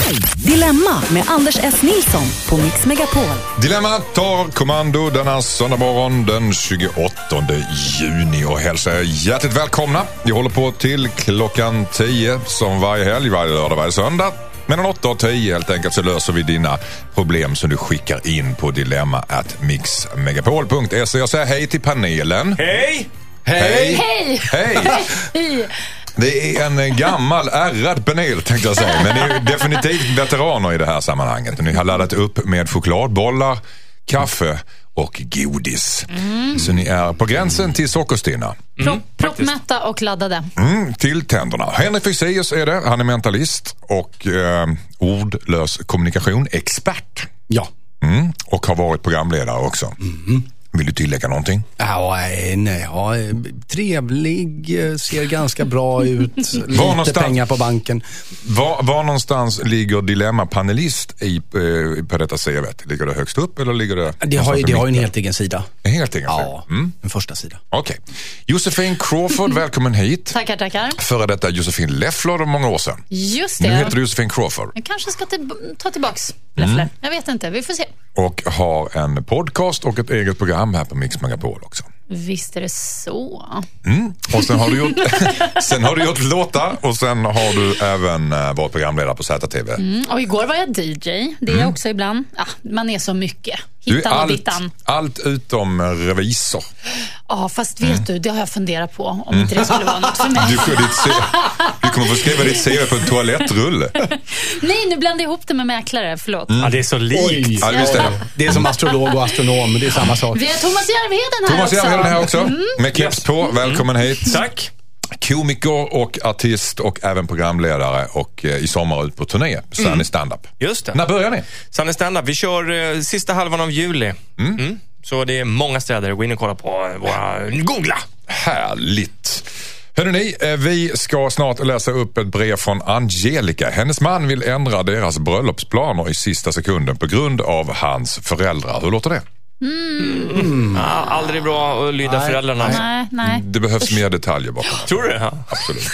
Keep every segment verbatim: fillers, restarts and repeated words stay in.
Dilemma med Anders S. Nilsson på Mix Megapol. Dilemma tar kommando denna söndag morgon den tjugoåttonde juni och hälsar er hjärtligt välkomna. Vi håller på till klockan tio som varje helg, varje lördag, varje söndag. Mellan åtta och tio helt enkelt så löser vi dina problem som du skickar in på dilemma at mixmegapol punkt se. Jag säger hej till panelen. Hej! Hej! Hej! Hej! Hej! Det är en gammal ärrad panel tänkte jag säga, men det är definitivt veteraner i det här sammanhanget. Ni har laddat upp med chokladbollar, kaffe och godis. Mm. Så ni är på gränsen till sockerstinna. Mm, Proppmätta och laddade. Mm, till tänderna. Henrik Fexeus är det. Han är mentalist och eh, ordlös kommunikation expert. Ja. Mm, och har varit programledare också. Mm. Vill du tillägga någonting? Ja, nej, ja, trevlig, ser ganska bra ut, lite pengar på banken. Var, var någonstans ligger dilemma-panelist i, eh, på detta C V:et? Ligger det högst upp eller ligger det... Det har ju det har en helt egen sida. En helt egen sida? Ja, mm. en första sida. Okej. Okay. Josefin Crawford, välkommen hit. Tackar, tackar. Före detta Josefin Leffler om många år sedan. Just det. Nu heter du Josefin Crawford. Jag kanske ska till, ta tillbaks Leffler. Mm. Jag vet inte, vi får se. Och har en podcast och ett eget program här på Mix Megapol också. Visst är det så. Mm. Och sen har du gjort sen har du gjort låtar och sen har du även uh, varit programledare på Z T V. Mm. Och igår var jag D J. Det är mm. jag också ibland. Ah, man är så mycket. Hittan du är allt, och dittan. Allt utom revisor. Ja, fast vet mm. du, det har jag funderat på. Om mm. inte det skulle vara något för mig. Du, ditt C- du kommer få skriva ditt C V på en toalettrulle. Nej, nu blandar jag ihop det med mäklare. Förlåt. Mm. Ja, det är så likt. Ja, visst är det. Det är som astrolog och astronom, det är samma sak. Vi har Thomas Järvheden här Thomas också. Järvheden här också. Mm. Med keps yes. på. Välkommen mm. hit. Tack. Komiker och artist och även programledare och eh, i sommar ut på turné. Sunny mm. stand-up. Just det. När börjar ni? Sunny stand-up. Vi kör eh, sista halvan av juli. Mm. Mm. Så det är många städer. Gå in och kolla på våra... Googla! Härligt. Hörrni, vi ska snart läsa upp ett brev från Angelica. Hennes man vill ändra deras bröllopsplaner i sista sekunden på grund av hans föräldrar. Hur låter det? Mm. Mm. Ja, aldrig bra att lyda nej. föräldrarna. Nej, nej. Det behövs mer detaljer bakom. Tror du det? Ja. Absolut.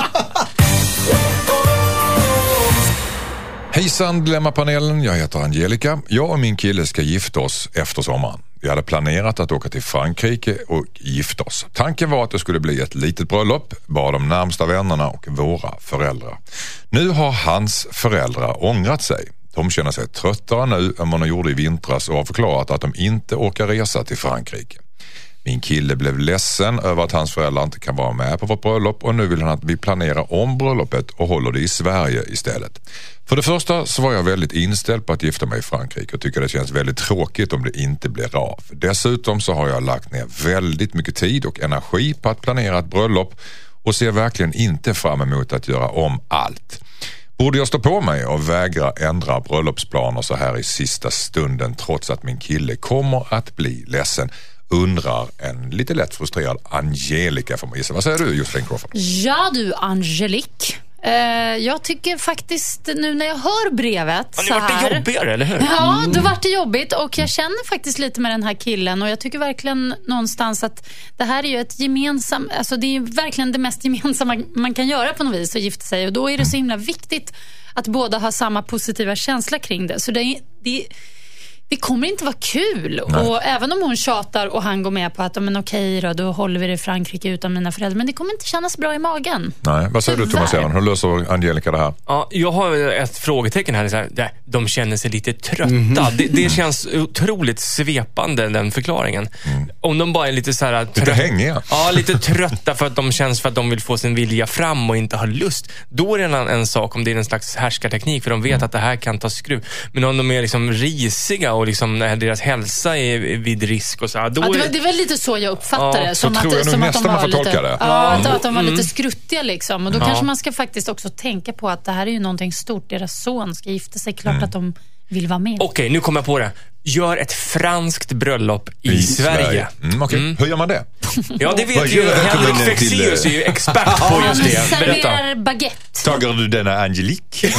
Hejsan Dilemma-panelen, jag heter Angelica. Jag och min kille ska gifta oss efter sommaren. Vi hade planerat att åka till Frankrike och gifta oss. Tanken var att det skulle bli ett litet bröllop, bara de närmsta vännerna och våra föräldrar. Nu har hans föräldrar ångrat sig. De känner sig tröttare nu än vad de gjorde i vintras och har förklarat att de inte orkar resa till Frankrike. Min kille blev ledsen över att hans föräldrar inte kan vara med på vårt bröllop och nu vill han att vi planerar om bröllopet och håller det i Sverige istället. För det första så var jag väldigt inställd på att gifta mig i Frankrike och tycker det känns väldigt tråkigt om det inte blir av. Dessutom så har jag lagt ner väldigt mycket tid och energi på att planera ett bröllop och ser verkligen inte fram emot att göra om allt. Borde jag stå på mig och vägra ändra bröllopsplaner så här i sista stunden trots att min kille kommer att bli ledsen? Undrar en lite lätt frustrerad Angelica får man gissa. Vad säger du, Josefin Crawford? Ja du, Angelique. Uh, jag tycker faktiskt nu när jag hör brevet ja, så här... Har det jobbigare, eller hur? Ja, då vart det jobbigt och jag känner faktiskt lite med den här killen och jag tycker verkligen någonstans att det här är ju ett gemensamt, alltså det är ju verkligen det mest gemensamma man kan göra på något vis att gifta sig och då är det så himla viktigt att båda har samma positiva känsla kring det. Så det är... Det, det kommer inte vara kul. Nej. Och även om hon tjatar och han går med på att men okej då, då håller vi det i Frankrike utan mina föräldrar. Men det kommer inte kännas bra i magen. Nej, vad säger du Thomas Järvheden? Hur löser Angelica det här? Ja, jag har ett frågetecken här. Så här de känner sig lite trötta. Mm-hmm. Det, det känns otroligt svepande, den förklaringen. Mm. Om de bara är lite så här... Lite hängiga. Ja, lite trötta för att de känns för att de vill få sin vilja fram och inte har lust. Då är det en, en sak om det är en slags härskarteknik för de vet mm. att det här kan ta skruv. Men om de är liksom risiga och liksom när deras hälsa är vid risk och så här, då ja, det, var, är... det är väl lite så jag uppfattar ja, det som, att, att, som att de var lite det. Ja, mm. att de var lite mm. skruttiga liksom. Och då ja. kanske man ska faktiskt också tänka på att det här är ju någonting stort. Deras son ska gifta sig, klart mm. att de vill vara med. Okej, nu kommer jag på det. Gör ett franskt bröllop i, I Sverige. Sverige. Mm, okay. mm. Hur gör man det? Ja, det vet ju Henrik Fexeus är ju expert på just det. Serverar baguette. Tagar du denna Angelique?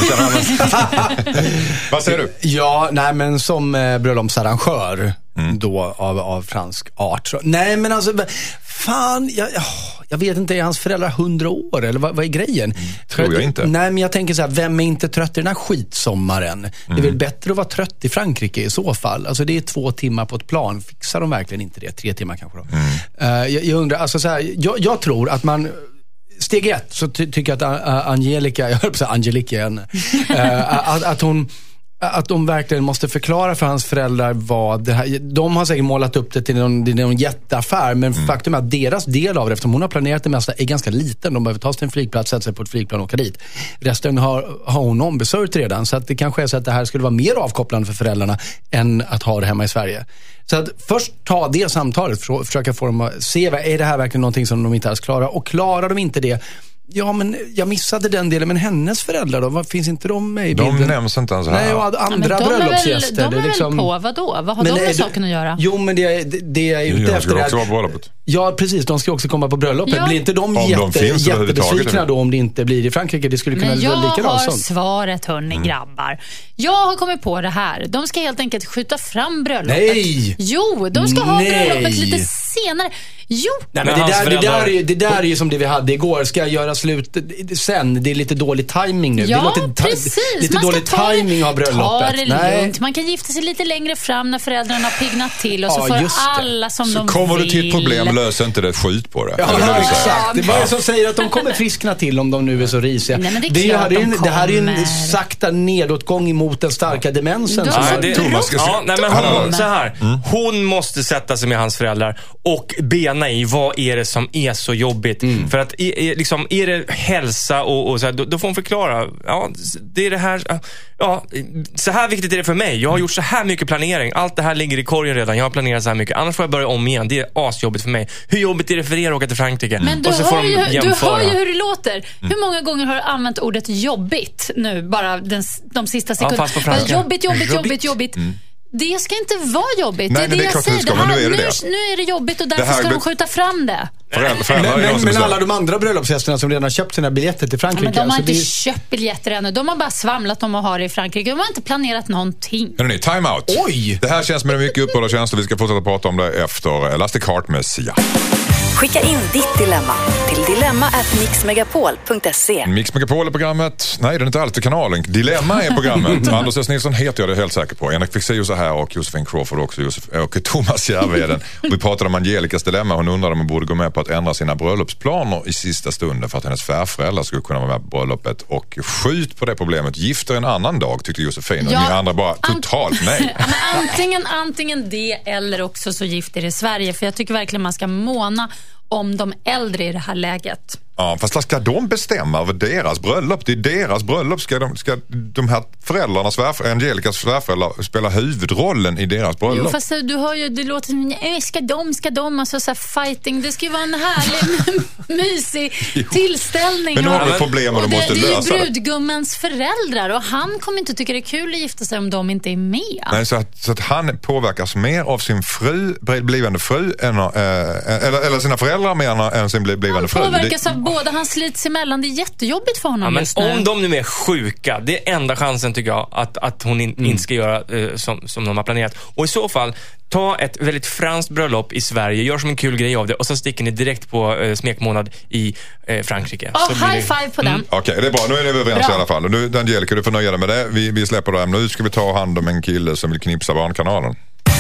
Vad säger du? Ja, nej men som eh, bröllopsarrangör mm. då av, av fransk art. Så, nej men alltså, fan, jag, Jag vet inte, är hans föräldrar hundra år eller vad, vad är grejen? Mm, tror jag inte. Nej, men jag tänker så här, vem är inte trött i den här skitsommaren? Mm. Det är väl bättre att vara trött i Frankrike i så fall. Alltså det är två timmar på ett plan. Fixar de verkligen inte det? Tre timmar kanske då. Mm. Uh, jag, jag undrar, alltså så här, jag, jag tror att man... Steg ett så ty- tycker jag att uh, Angelica, jag höll på att säga Angelica igen, uh, att, att hon... att de verkligen måste förklara för hans föräldrar vad det här, de har säkert målat upp det till någon, till någon jätteaffär, men mm. faktum är att deras del av det, eftersom hon har planerat det mesta, är ganska liten. De behöver ta sig till en flygplats, sätta sig på ett flygplan och åka dit. Resten har, har hon ombesörjt redan, så att det kanske är så att det här skulle vara mer avkopplande för föräldrarna än att ha det hemma i Sverige. Så att först ta det samtalet, för, försöka få dem att se, är det här verkligen någonting som de inte alls klarar, och klarar de inte det, ja, men jag missade den delen, men hennes föräldrar då? Vad, finns inte de med i bilden? De nämns inte ens här. Nej, och andra ja, bröllopsgäster. De är väl, de är liksom... väl på, vadå? Vad har men de med saken att göra? Jo, men det, det, det är ute ja, efter det också vara på bröllopet. Ja, precis. De ska också komma på bröllopet. Ja. Blir inte de, om jätte, de finns jättebesvikna då om det inte blir i Frankrike? Det skulle kunna men bli likadant. jag har sånt. svaret, hörni, mm. grabbar. Jag har kommit på det här. De ska helt enkelt skjuta fram bröllopet. Nej! Jo, de ska ha Nej. bröllopet lite senare. Jo! Nej, men det, där, det, där är ju, det där är ju som det vi hade igår. Ska jag göra slut sen? Det är lite dålig timing nu. Ja, det låter ta- precis. Lite man dålig ta timing det, av bröllopet. Ta det Nej. lugnt. Man kan gifta sig lite längre fram när föräldrarna har piggnat till, och så Ja, får just det. alla som Så de kommer vill. du till ett problem, löser inte det, skjut på det. Ja, Eller ja, vad du säger. exakt. Det är bara som säger att de kommer friskna till om de nu är så risiga. Nej, men det är det, klart här är en, de det här är en kommer. sakta nedåtgång emot den starka demensen. De som ska har- det- Thomas ska Ja, nej, men Hallå. hon, så här. Hon måste sätta sig med hans föräldrar och bena i vad är det som är så jobbigt. Mm. För att är, är, liksom, är det hälsa och, och så här, då, då får hon förklara. Ja, det är det här. Ja, så här viktigt är det för mig. Jag har gjort så här mycket planering. Allt det här ligger i korgen redan. Jag har planerat så här mycket. Annars får jag börja om igen. Det är asjobbigt för mig. Hur jobbigt är det för er att åka till Frankrike? Men du, och så hör får de ju, du jämföra. hör ju hur det låter. Hur många gånger har du använt ordet jobbigt nu, bara den, de sista sekunderna? fast på franska. Jobbigt, jobbigt, jobbigt, Jobbigt. jobbigt. Det ska inte vara jobbigt. Nej, det är men det, det är jag klart säger. det ska, Det men här, nu är det nu, det. nu är det jobbigt, och därför Det här ska blir- de skjuta fram det. Föräldrar, föräldrar Men, är de men, som men bestämmer. alla de andra bröllopsgästerna som redan har köpt sina biljetter till Ja, Frankrike. men de har alltså inte det- köpt biljetter ännu. De har bara svamlat om att ha det i Frankrike. De har inte planerat någonting. Hörrni, time out. Oj! Det här känns med mycket upprörda känslor. Vi ska fortsätta prata om det efter Elastic Heart med Sia. Skicka in ditt dilemma till dilemma at mixmegapol punkt se. Mix Megapol är programmet. Nej, det är inte alltid kanalen. Dilemma är programmet. Anders S. Nilsson heter jag, det är helt säker på. Henrik Fexeus är här och Josefin Crawford också. Josef, och Thomas Järvheden. Vi pratade om Angelicas dilemma. Hon undrade om hon borde gå med på att ändra sina bröllopsplaner i sista stunden för att hennes svärföräldrar skulle kunna vara med på bröllopet. Och skjut på det problemet. Gifter en annan dag, tyckte Josefin. Och Ja, ni andra bara totalt nej. Ja, men antingen, antingen det, eller också så gifter i Sverige. För jag tycker verkligen man ska måna om de äldre i det här läget. Ja, fast vad ska de bestämma över deras bröllop? Det är deras bröllop. Ska de, ska de här föräldrarna, svärför, Angelicas svärföräldrar, spela huvudrollen i deras bröllop? Jo, fast du hör ju, det låter som, äh, ska de, ska de, alltså så här fighting. Det ska ju vara en härlig, mysig tillställning. Men nu har och, vi problem och de det, måste det lösa är det. ju brudgummens föräldrar, och han kommer inte tycka det är kul att gifta sig om de inte är med. Nej, så att, så att han påverkas mer av sin fru, blivande fru, än, äh, eller, eller sina föräldrar mer än sin blivande Han fru. påverkas Det- av båda, han slits emellan. Det är jättejobbigt för honom Ja, men just nu. om de nu är sjuka, det är enda chansen tycker jag att, att hon in, Mm. inte ska göra eh, som, som de har planerat. Och i så fall, ta ett väldigt franskt bröllop i Sverige, gör som en kul grej av det och så sticker ni direkt på eh, smekmånad i eh, Frankrike. Ja, Så blir high det- five på den. Okej, det är bra. Nu är vi överens Bra. i alla fall. Och nu, Angelica, du får nöja dig med det. Vi, vi släpper det här. Nu ska vi ta hand om en kille som vill knipsa Barnkanalen.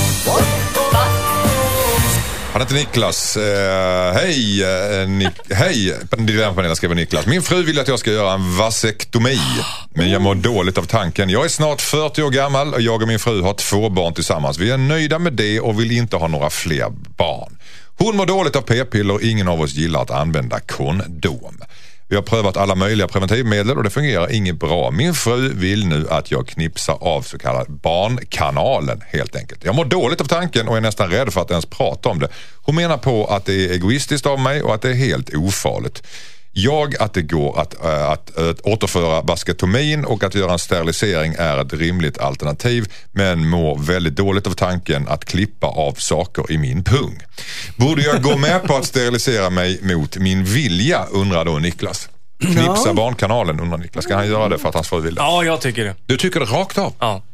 Han heter Niklas. Eh, hej, eh, Nik- hej, dilemmapanelen skriver Niklas. Min fru vill att jag ska göra en vasektomi, men jag mår dåligt av tanken. Jag är snart fyrtio år gammal och jag och min fru har två barn tillsammans. Vi är nöjda med det och vill inte ha några fler barn. Hon mår dåligt av p-piller och ingen av oss gillar att använda kondom. Vi har prövat alla möjliga preventivmedel och det fungerar inget bra. Min fru vill nu att jag knipsar av så kallad barnkanalen helt enkelt. Jag mår dåligt av tanken och är nästan rädd för att ens prata om det. Hon menar på att det är egoistiskt av mig och att det är helt ofarligt. Jag att det går att, äh, att, att återföra vasketomin och att göra en sterilisering är ett rimligt alternativ, men mår väldigt dåligt av tanken att klippa av saker i min pung. Borde jag gå med på att sterilisera mig mot min vilja, undrar då Niklas. Knipsa Ja. barnkanalen, undrar Niklas. Ska han göra det för att hans fru vill det? Ja, jag tycker det. Du tycker det rakt av? Ja.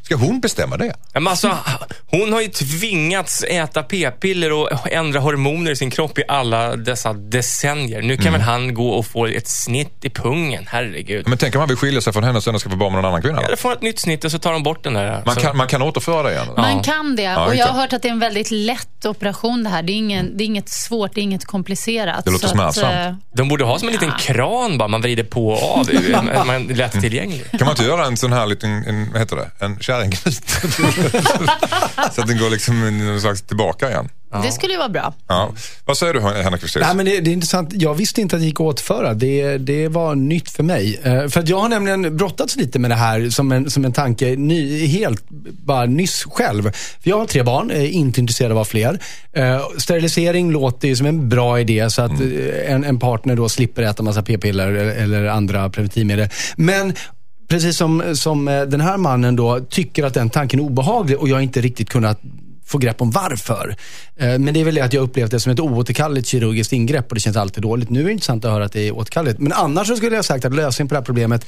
Ska hon bestämma det? Ja, men alltså, hon har ju tvingats äta p-piller och ändra hormoner i sin kropp i alla dessa decennier. Nu kan mm. väl han gå och få ett snitt i pungen, herregud. Men tänk om han vill skilja sig från henne och sen ska få barn med någon annan kvinna? Ja, det får ett nytt snitt och så tar de bort den där. Man kan, man kan återföra det igen? Ja. Man kan det. Ja, och jag har hört att det är en väldigt lätt operation det här. Det är, ingen, det är inget svårt, det är inget komplicerat. Det låter smärtsamt. Att, de borde ha som en liten ja. kran bara, man vrider på och av. Man är lätt tillgänglig. Kan man inte göra en sån här liten, en, vad heter det? En kärringknut? Så att den går liksom någon slags tillbaka igen. Ja. Det skulle ju vara bra. Ja. Vad säger du, Henrik Westers? Nej, men det, det är intressant. Jag visste inte att det gick att återföra. Det, det var nytt för mig. Uh, för att jag har nämligen brottats lite med det här som en, som en tanke ny, helt bara nyss själv. För jag har tre barn, är inte intresserad av fler. Uh, sterilisering låter ju som en bra idé så att mm. en, en partner då slipper äta massa p-piller eller, eller andra preventivmedel. Men precis som, som den här mannen då tycker att den tanken är obehaglig och jag har inte riktigt kunnat få grepp om varför. Men det är väl det att jag upplevt det som ett oåterkalleligt kirurgiskt ingrepp och det känns alltid dåligt. Nu är det intressant att höra att det är återkalligt. Men annars så skulle jag sagt att lösningen på det här problemet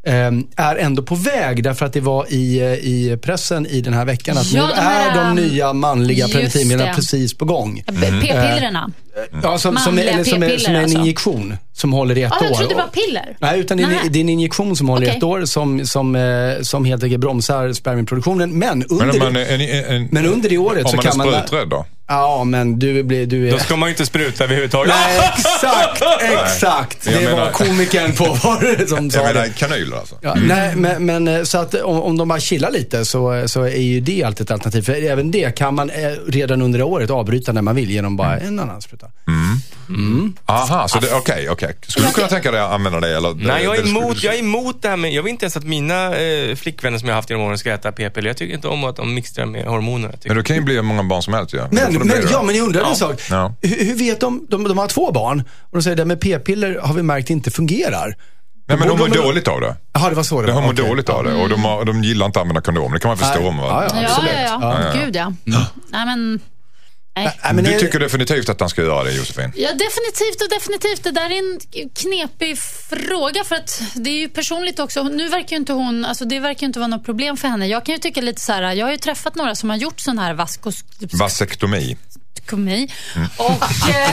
är ändå på väg därför att det var i, i pressen i den här veckan att ja, nu de här, är de nya manliga preventivmedlen precis på gång. Mm. P-pillerna. Ja, som, som, eller, som, är, som är en alltså. injektion som håller i ett ah, år. Jag trodde det var piller. Nej, utan det är, det är en injektion som håller i okay. ett år som, som, som helt enkelt bromsar spermieproduktionen. Men under, men, man, en, en, men under det året så kan man... Om man är spruträdd då? Ja, men du blir... Du är... Då ska man ju inte spruta överhuvudtaget. Nej, exakt, exakt. Det menar, var komikern på var som sa jag menar det. kanyler alltså. Ja, mm. Nej, men, men så att om, om de bara chillar lite så, så är ju det alltid ett alternativ. För även det kan man redan under året avbryta när man vill genom bara mm. en annan spruta. Mm. Mm. Aha, så okej, okej. Okay, okay. Skulle du kunna tänka dig att använda det? Eller, Nej, jag är, det emot, jag är emot det här med, jag vill inte ens att mina eh, flickvänner som jag har haft genom åren ska äta p-piller. Jag tycker inte om att de mixtrar med hormoner. Men det kan ju bli många barn som helst. Ja. Men, men, ja, men jag undrar ja. en sak. Ja. Hur, hur vet de, de, de har två barn och de säger det med p-piller har vi märkt inte fungerar. Nej, men de mår dåligt av det. Jaha, det var så det de var. De mår okay. dåligt av det och de, har, de gillar inte att använda kondom. Det kan man förstå om. Ja, ja, ja, ja, ja. ja, ja. Gud, ja. Mm. Nej, men... Nej. Nej, men du är... tycker definitivt att han ska göra det, Josefin? Ja, definitivt och definitivt. Det där är en knepig fråga för att det är ju personligt också. Nu verkar ju inte hon, alltså det verkar ju inte vara något problem för henne. Jag kan ju tycka lite så här, jag har ju träffat några som har gjort sån här vaskos... Vasektomi. Mm. Och...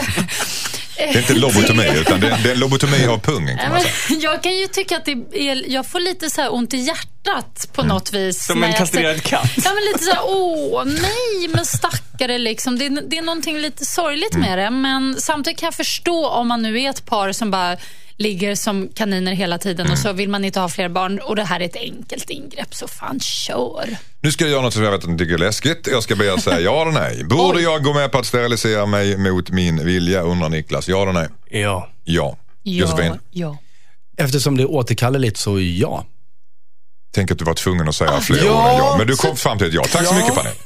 Det är inte lobotomi utan det är, det är lobotomi av pungen kan man säga. Jag kan ju tycka att det är, jag får lite så här ont i hjärtat på mm. något vis. Som en kastrerad katt. Ja, men lite så här, åh nej, men stackare liksom. Det, det är någonting lite sorgligt mm. med det. Men samtidigt kan jag förstå om man nu är ett par som bara ligger som kaniner hela tiden mm. och så vill man inte ha fler barn och det här är ett enkelt ingrepp, så fan, kör. Nu ska jag göra något som jag vet att ni tycker är läskigt. Jag ska börja säga ja eller nej. Borde jag gå med på att sterilisera mig mot min vilja, undrar Niklas? Ja eller nej? Ja. Ja. Josefin? Ja. Eftersom det återkallar lite så ja. Tänk att du var tvungen att säga ah, fler ja, gånger ja. Men du kom så... fram till ett ja. Tack ja. så mycket, panel.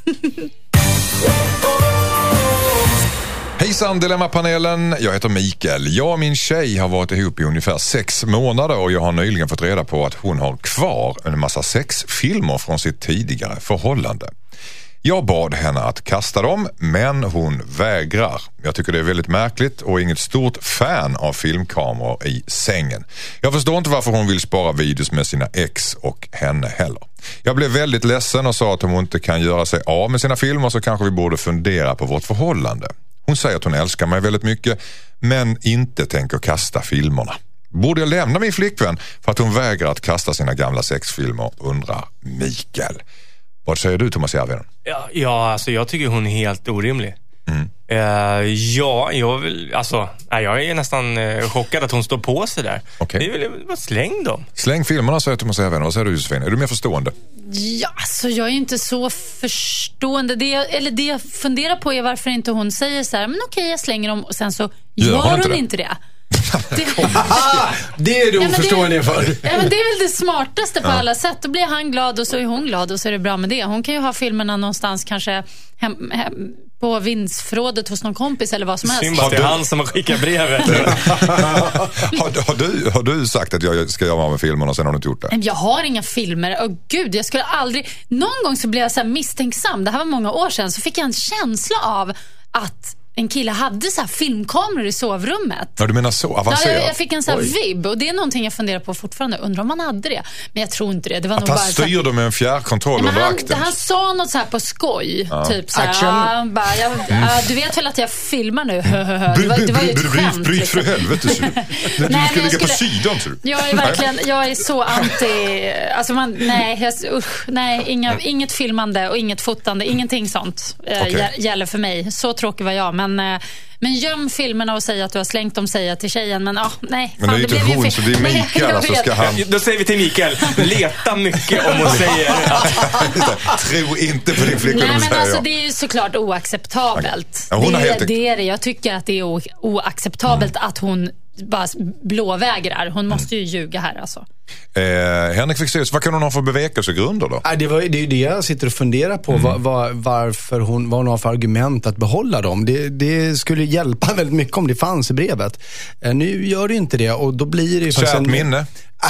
Hejsan Dilemma-panelen, jag heter Mikael. Jag och min tjej har varit ihop i ungefär sex månader och jag har nyligen fått reda på att hon har kvar en massa sexfilmer från sitt tidigare förhållande. Jag bad henne att kasta dem, men hon vägrar. Jag tycker det är väldigt märkligt och inget stort fan av filmkameror i sängen. Jag förstår inte varför hon vill spara videos med sina ex och henne heller. Jag blev väldigt ledsen och sa att om hon inte kan göra sig av med sina filmer så kanske vi borde fundera på vårt förhållande. Hon säger att hon älskar mig väldigt mycket men inte tänker kasta filmerna. Borde jag lämna min flickvän för att hon vägrar att kasta sina gamla sexfilmer, undrar Mikael. Vad säger du, Thomas Järvheden? Ja, ja, alltså jag tycker hon är helt orimlig. Mm. Uh, ja, jag vill, alltså, jag är nästan uh, chockad att hon står på sig där. Okay. Det är väl bara släng dem. Släng filmerna, säger Thomas Järvheden. Vad säger du, Josefin? Är du mer förstående? Ja, alltså jag är ju inte så förstående. Det jag, eller det jag funderar på är varför inte hon säger så här, men okej, jag slänger dem och sen så gör, gör hon, inte, hon det? inte det. Det, det är du ja, oförstående för. Ja, men det är väl det smartaste på ja. alla sätt. Då blir han glad och så är hon glad och så är det bra med det. Hon kan ju ha filmerna någonstans kanske hem, hem, på vindsförrådet hos någon kompis eller vad som helst. Synd att det är han som har skickat brevet. har, har, du, har du sagt att jag ska göra med filmerna och sen har du inte gjort det? Jag har inga filmer. Åh gud, jag skulle aldrig... Någon gång så blev jag så här misstänksam. Det här var många år sedan. Så fick jag en känsla av att en kille hade så här filmkameror i sovrummet. Ja, du menar så avancerat? Ja, jag, jag fick en sån här vibb och det är någonting jag funderar på fortfarande. Undrar om han hade det. Men jag tror inte det. Det var att nog han bara styrde så... med en fjärrkontroll Nej, under han, akten. han sa något så här på skoj. Ja. Typ så här, Action. ja, bara, jag, ja, du vet väl att jag filmar nu. Det var, det var ju ett skämt. Bryt för helvete. Du ska ligga på sidan. Jag är verkligen, jag är så anti... Alltså man, nej, jag, usch, nej inga, inget filmande och inget fotande. Ingenting sånt eh, okay. gäller för mig. Så tråkig var jag. Men, eh, men göm filmerna och säg att du har slängt dem, säga till tjejen. Men ah, nej. Men fan, det är ju inte hon, så det är Mikael. Alltså ska han... Då säger vi till Mikael, leta mycket om hon säger att... Tro inte på din flickvän. Nej, men säger alltså jag. det är ju såklart oacceptabelt. Ja, hon det, har helt... det är det. Jag tycker att det är o- oacceptabelt mm. att hon bara blåvägrar. Hon måste ju ljuga här alltså. Eh, Henrik Fexeus, vad kan hon ha för bevekelsegrunder då? Det, var, det är ju det jag sitter och funderar på. Mm. Var, var, varför hon, vad hon har för argument att behålla dem. Det, det skulle hjälpa väldigt mycket om det fanns i brevet. Eh, nu gör det ju inte det och då blir det ju faktiskt en... minne.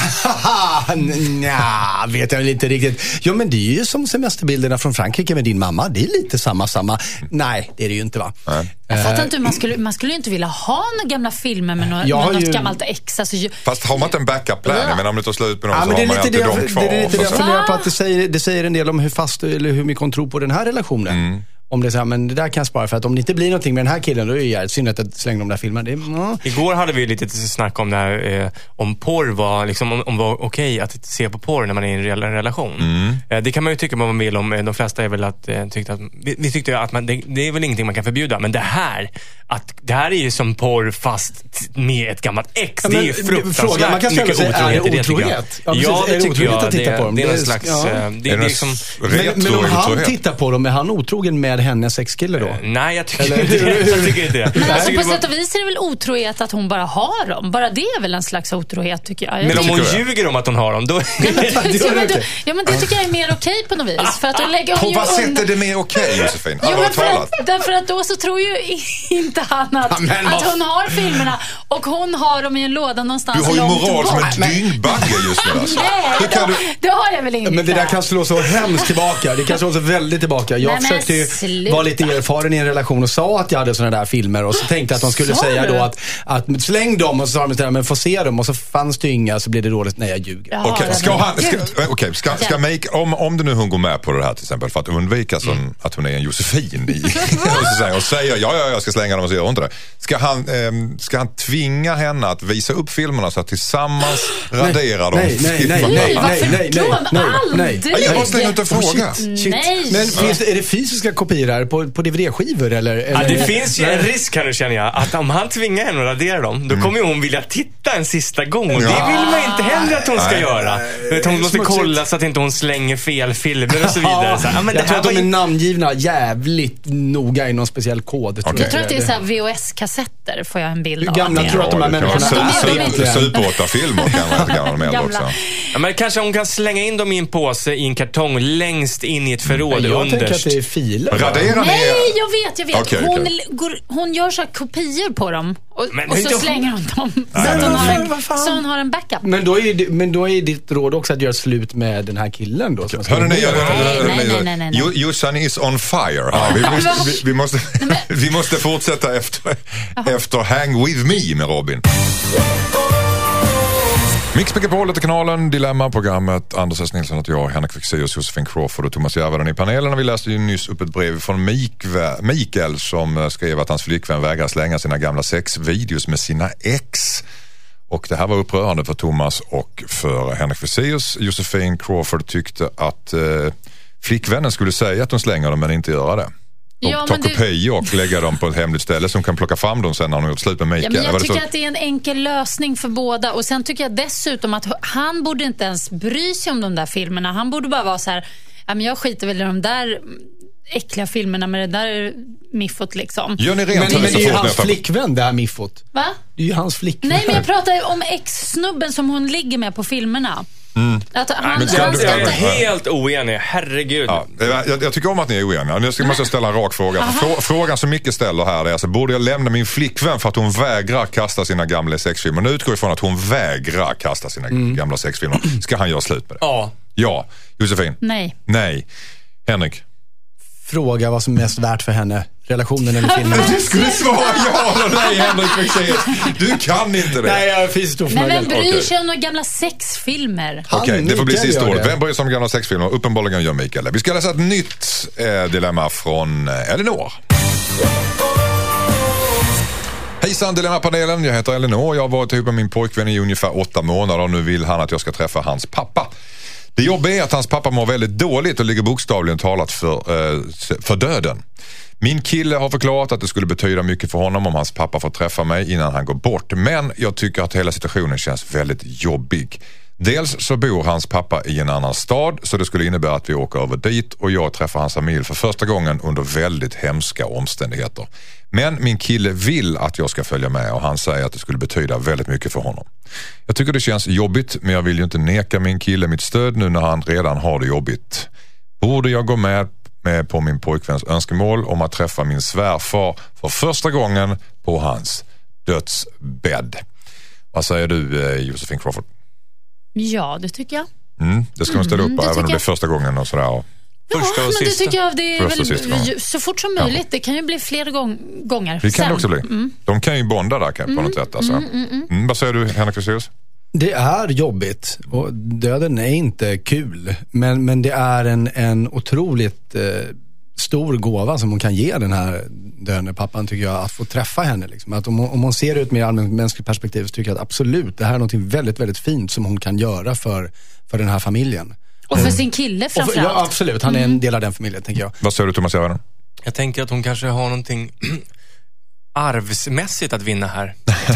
Nja, vet jag väl inte riktigt. Ja, men det är ju som semesterbilderna från Frankrike med din mamma. Det är lite samma, samma. Nej, det är det ju inte, va? Nej. Jag fattar inte hur man skulle, man skulle ju inte vilja ha några gamla filmer med, några, med något ju... gammalt ex. Alltså, ju... Fast har man inte en backup-plan? Ja. Men om det tar slut med någon ja, så har man alltid det, dem kvar. Det är lite det jag funderar på, att det säger, det säger en del om hur fast eller hur mycket hon tror på den här relationen. Mm. Om det är så här, men det där kan jag spara för att om det inte blir någonting med den här killen, då är det ju synd att slänga de där filmerna. Det, mm. Igår hade vi lite snack om det här, eh, om porr var, liksom, om, om var okej okay att se på porr när man är i en reell relation. Mm. Eh, det kan man ju tycka man var med om. De flesta är väl att, eh, tyckte att vi, vi tyckte att man, det, det är väl ingenting man kan förbjuda, men det här, att det här är ju som porr fast med ett gammalt ex. Ja, det är ju fruktansvärt man kan mycket sig, otrohet. Är det otrohet? Ja, ja, det, är det tycker jag. Att titta på dem? Det är en slags... Ja. Eh, det, är det liksom, men, men om han tittar på dem, är han otrogen med hennes sexkille då? Nej, jag tycker inte det. Jag tycker inte det. Men alltså, på sätt och vis är det väl otrohet att hon bara har dem. Bara det är väl en slags otrohet, tycker jag. jag men om hon jag. ljuger om att hon har dem, då... Ja, men, ja, men, det, ja, men det tycker jag är mer okej på något vis. För att då lägger hon på vad sätt under... är det mer okej, Josefin? Jo, men för att, därför att då så tror ju inte han att, ja, att hon har filmerna och hon har dem i en låda någonstans långt bort. Du har ju moral bort. som en dyngbagge just nu. Alltså. Nej, Hur kan då, du... det har jag väl inte. Men det där kan slå så hemskt tillbaka. Det kan slå så väldigt tillbaka. Jag Nej, försökte ju vara lite erfaren i en relation och sa att jag hade såna där filmer och så tänkte jag att de skulle så säga du? då att, att släng dem och så sa de istället, men få se dem och så fanns det inga, så blir det dåligt när jag ljuger. Ja, Okej, ska, han, ska, okay, ska, ska ja. make, om, om det nu hon går med på det här till exempel för att undvika som, mm. att hon är en Josefin i, och, så säger, och säger ja, ja, jag ska slänga dem och så gör hon inte det. Ska han, eh, ska han tvinga henne att visa upp filmerna så att tillsammans radera dem? Nej, nej, nej, nej, nej, nej, nej, nej, nej. Jag måste inte fråga. Oh, shit, shit. Nej. Men finns det, är det fysiska kopior här på, på D V D-skivor eller? eller? Ja, det finns ju en risk här nu, känner jag, att om han tvingar henne att radera dem, då kommer ju hon vilja titta en sista gång och det vill man inte heller att hon ska nej, göra. Nej, hon måste kolla så att inte hon slänger fel filmer och så vidare. Så, ja, men jag det tror att de är ju... namngivna jävligt noga i någon speciell kod. Okay. Jag tror att det är så här V H S-kassetter får jag en bild av. Hur gamla tror att de här människorna är? Super åtta-filmer kan man inte gamla med också. Ja, men kanske hon kan slänga in dem i en påse i en kartong längst in i ett förråd jag underst. Jag tänker att det är filer. Radera Nej, jag vet, jag vet. Okay, hon, okay. Går, hon gör så här kopior på dem och, men, och så inte... slänger hon dem. Nej, så, att hon nej, har en, så hon har en backup. Men då är, men då är ditt råd också att göra slut med den här killen då? Hörru, nej, nej, nej, nej, nej. Jossan is on fire. Ja, vi, måste, vi, vi, måste, vi måste fortsätta efter, efter Hang With Me med Robin. Mix Megapol heter kanalen, Dilemma-programmet. Anders S. Nilsson och jag, Henrik Fexeus, Josefin Crawford och Thomas Järvheden i panelen. Vi läste ju nyss upp ett brev från Mikael som skrev att hans flickvän vägrar slänga sina gamla sexvideos med sina ex. Och det här var upprörande för Thomas och för Henrik Fexeus. Josefin Crawford tyckte att eh, flickvännen skulle säga att de slänger dem men inte göra det. Och ja, ta det... kopior och lägga dem på ett hemligt ställe som kan plocka fram dem sen när de har gjort slut med Mikael. Ja, men jag tycker så... att det är en enkel lösning för båda. Och sen tycker jag dessutom att han borde inte ens bry sig om de där filmerna. Han borde bara vara så här, ja, men jag skiter väl i de där äckliga filmerna med det där miffot liksom. Gör ni rent men, men det är ju hans tar... flickvän det här miffot. Va? Det är ju hans flickvän. Nej, men jag pratar om ex-snubben som hon ligger med på filmerna. Mm. Att han, men han jag är helt oenig, herregud. Ja, jag, jag tycker om att ni är oeniga. Nu ska, måste jag ställa en rak fråga. Frå, frågan som Micke ställer här är alltså, borde jag lämna min flickvän för att hon vägrar kasta sina gamla sexfilmer? Nu utgår ifrån att hon vägrar kasta sina mm. gamla sexfilmer. Ska han göra slut med det? Ja. Ja. Josefin? Nej. Nej. Henrik? Fråga vad som är mest värt för henne. relationen eller filmen. Du skulle svara ja eller nej, Henrik Fexeus. Du kan inte det. Nej, jag finns stor Men vem bryr Okej. sig om några gamla sexfilmer? Okej, okay, det får bli Mikael sista gör ordet. det. Vem bryr sig om gamla sexfilmer? Uppenbarligen gör Mikael det. Vi ska läsa ett nytt eh, dilemma från eh, Elinor. Hejsan Dilemma-panelen, jag heter Elinor. Jag har varit ihop med min pojkvän i ungefär åtta månader och nu vill han att jag ska träffa hans pappa. Det jobbiga är att hans pappa mår väldigt dåligt och ligger bokstavligen talat för, eh, för döden. Min kille har förklarat att det skulle betyda mycket för honom om hans pappa får träffa mig innan han går bort. Men jag tycker att hela situationen känns väldigt jobbig. Dels så bor hans pappa i en annan stad så det skulle innebära att vi åker över dit och jag träffar hans familj för första gången under väldigt hemska omständigheter. Men min kille vill att jag ska följa med och han säger att det skulle betyda väldigt mycket för honom. Jag tycker det känns jobbigt men jag vill ju inte neka min kille mitt stöd nu när han redan har det jobbigt. Borde jag gå med, med på min pojkväns önskemål om att träffa min svärfar för första gången på hans dödsbädd? Vad säger du, eh, Josefin Crawford? Ja, det tycker jag. Mm, det ska man ställa upp Mm, på det även om det är tycker första gången och sådär. Ja, Första och men det sista. tycker jag det är Första och sista gången. väl så fort som möjligt. Det kan ju bli fler gång, gånger Det kan sen. det också bli. De kan ju bonda där kan, på något sätt. Alltså. Mm, vad säger du, Henrik Fexeus? Det är jobbigt och döden är inte kul. Men, men det är en, en otroligt eh, stor gåva som hon kan ge den här döende pappan, tycker jag, att få träffa henne. Liksom. Att om, hon, om hon ser det ur ett mer allmänmänskligt perspektiv så tycker jag att absolut, det här är något väldigt, väldigt fint som hon kan göra för, för den här familjen. Och för sin kille Och för, framförallt. ja, absolut. Han är en del av den familjen, tänker jag. Vad säger du, Thomas Järvheden? Jag tänker att hon kanske har någonting arvsmässigt att vinna här.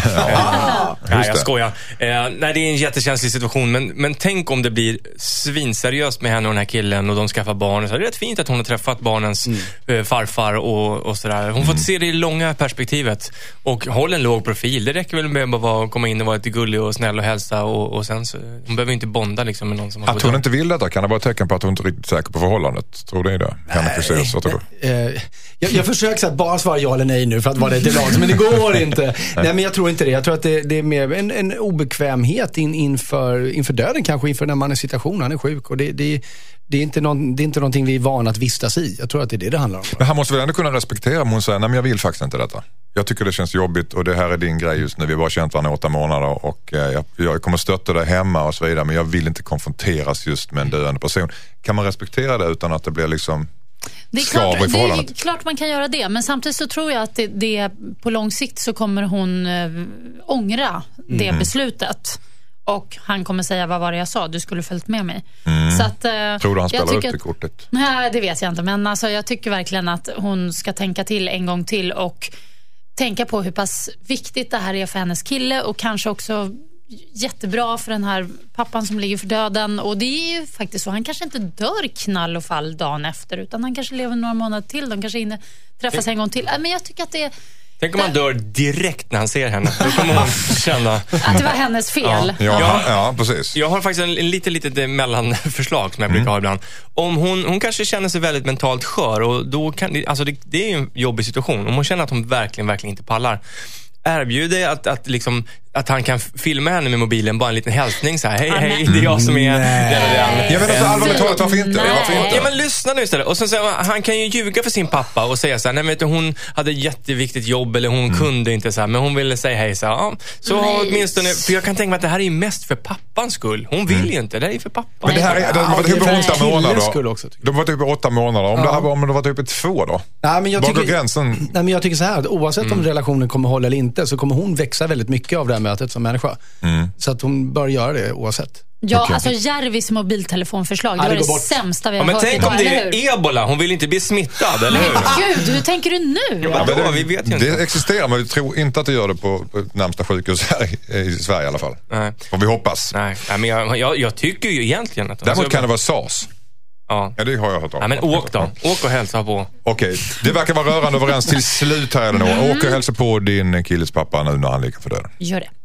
Ja, Nej, just jag det. skojar. Eh, nej, det är en jättekänslig situation. Men, men tänk om det blir svinseriöst med henne och den här killen och de skaffar barn. Så det är rätt fint att hon har träffat barnens Mm. eh, farfar och, och sådär. Hon får Mm. se det i långa perspektivet. Och håll en låg profil. Det räcker väl med att bara komma in och vara lite gullig och snäll och hälsa. Och, och sen så, hon behöver inte bonda liksom med någon som har Att gått hon av. inte vill detta kan det vara ett tecken på att hon inte är riktigt säker på förhållandet. Tror du det är det? Henrik Fexeus, vad tror du? Eh, jag, jag försöker så att bara svara ja eller nej nu för att vara det till lags, men det går inte. Nej, men jag tror inte det. Jag tror att det, det är mer en, en obekvämhet in, inför, inför döden kanske, inför när man är i situation, han är sjuk. Och det, det, det, är inte någon, det är inte någonting vi är vana att vistas i. Jag tror att det är det det handlar om. Men han måste väl ändå kunna respektera om hon säger, nej men jag vill faktiskt inte detta. Jag tycker det känns jobbigt och det här är din grej just nu. Vi har bara känt varandra i åtta månader och eh, jag, jag kommer stötta dig hemma och så vidare. Men jag vill inte konfronteras just med en döende person. Kan man respektera det utan att det blir liksom Det är, skav klart, i det är förhållandet? klart man kan göra det. Men samtidigt så tror jag att det, det på lång sikt så kommer hon äh, ångra det beslutet. Och han kommer säga, vad var det jag sa? Du skulle följt med mig. Så att, äh, Tror du han spelar upp att, det kortet? Nej, det vet jag inte. Men alltså, jag tycker verkligen att hon ska tänka till en gång till och tänka på hur pass viktigt det här är för hennes kille och kanske också jättebra för den här pappan som ligger för döden. Och det är ju faktiskt så, han kanske inte dör knall och fall dagen efter utan han kanske lever några månader till. De kanske hinner träffas en gång till. Men jag tycker att det är Tänk om han dör direkt när han ser henne. Då kommer hon känna... att det var hennes fel. Ja, Ja. ja, precis. Jag har faktiskt en, en lite, lite mellanförslag som jag brukar ha ibland. Om hon, hon kanske känner sig väldigt mentalt skör och då kan det, alltså det, det är ju en jobbig situation. Om hon känner att hon verkligen, verkligen inte pallar. Erbjuder att, att, liksom, att han kan filma henne med mobilen, bara en liten hälsning så här, hej, hej, det är jag som är den och den. Jag vet inte, allvarligt talat, varför inte? Nej. Varför inte? Ja, men lyssna nu istället. Och sen så, han kan ju ljuga för sin pappa och säga så här, nej men vet du, hon hade ett jätteviktigt jobb eller hon Mm. kunde inte så här, men hon ville säga hej så här, ja, så Nej. åtminstone, för jag kan tänka mig att det här är ju mest för pappans skull. Hon vill ju inte, det här är ju för pappan. Men det här är, de har varit ihop i Ja, åtta för månader. killens skull också, tycker jag. De har varit ihop i åtta månader. Om det här var, om det varit ihop i två då? Nej, men jag Var går tycker, gränsen? nej, men jag tycker så här, att oavsett om relationen kommer hålla eller inte så kommer hon växa väldigt mycket av det här mötet som människa. Så att hon bör göra det oavsett. Ja, Okej. alltså Järvis mobiltelefonförslag, det Ja, var det det går bort. sämsta vi Ja, har men hört tänk idag, om det eller hur? är ebola, hon vill inte bli smittad, eller hur? Gud, hur tänker du nu? Ja, men då, vi vet ju inte. Det existerar, men vi tror inte att det gör det på, på närmsta sjukhus här i, i Sverige i alla fall. Nej. Och vi hoppas. Nej, nej, men jag, jag, jag tycker ju egentligen att... Däremot alltså, kan det vara SARS. Ja. Ja, det har jag hört om. Nej, men åk då. Åk och hälsa på. Okej, det verkar vara rörande överens till slut här, Elinor. Åk och hälsa på din killes pappa nu när han ligger för döden. Gör det.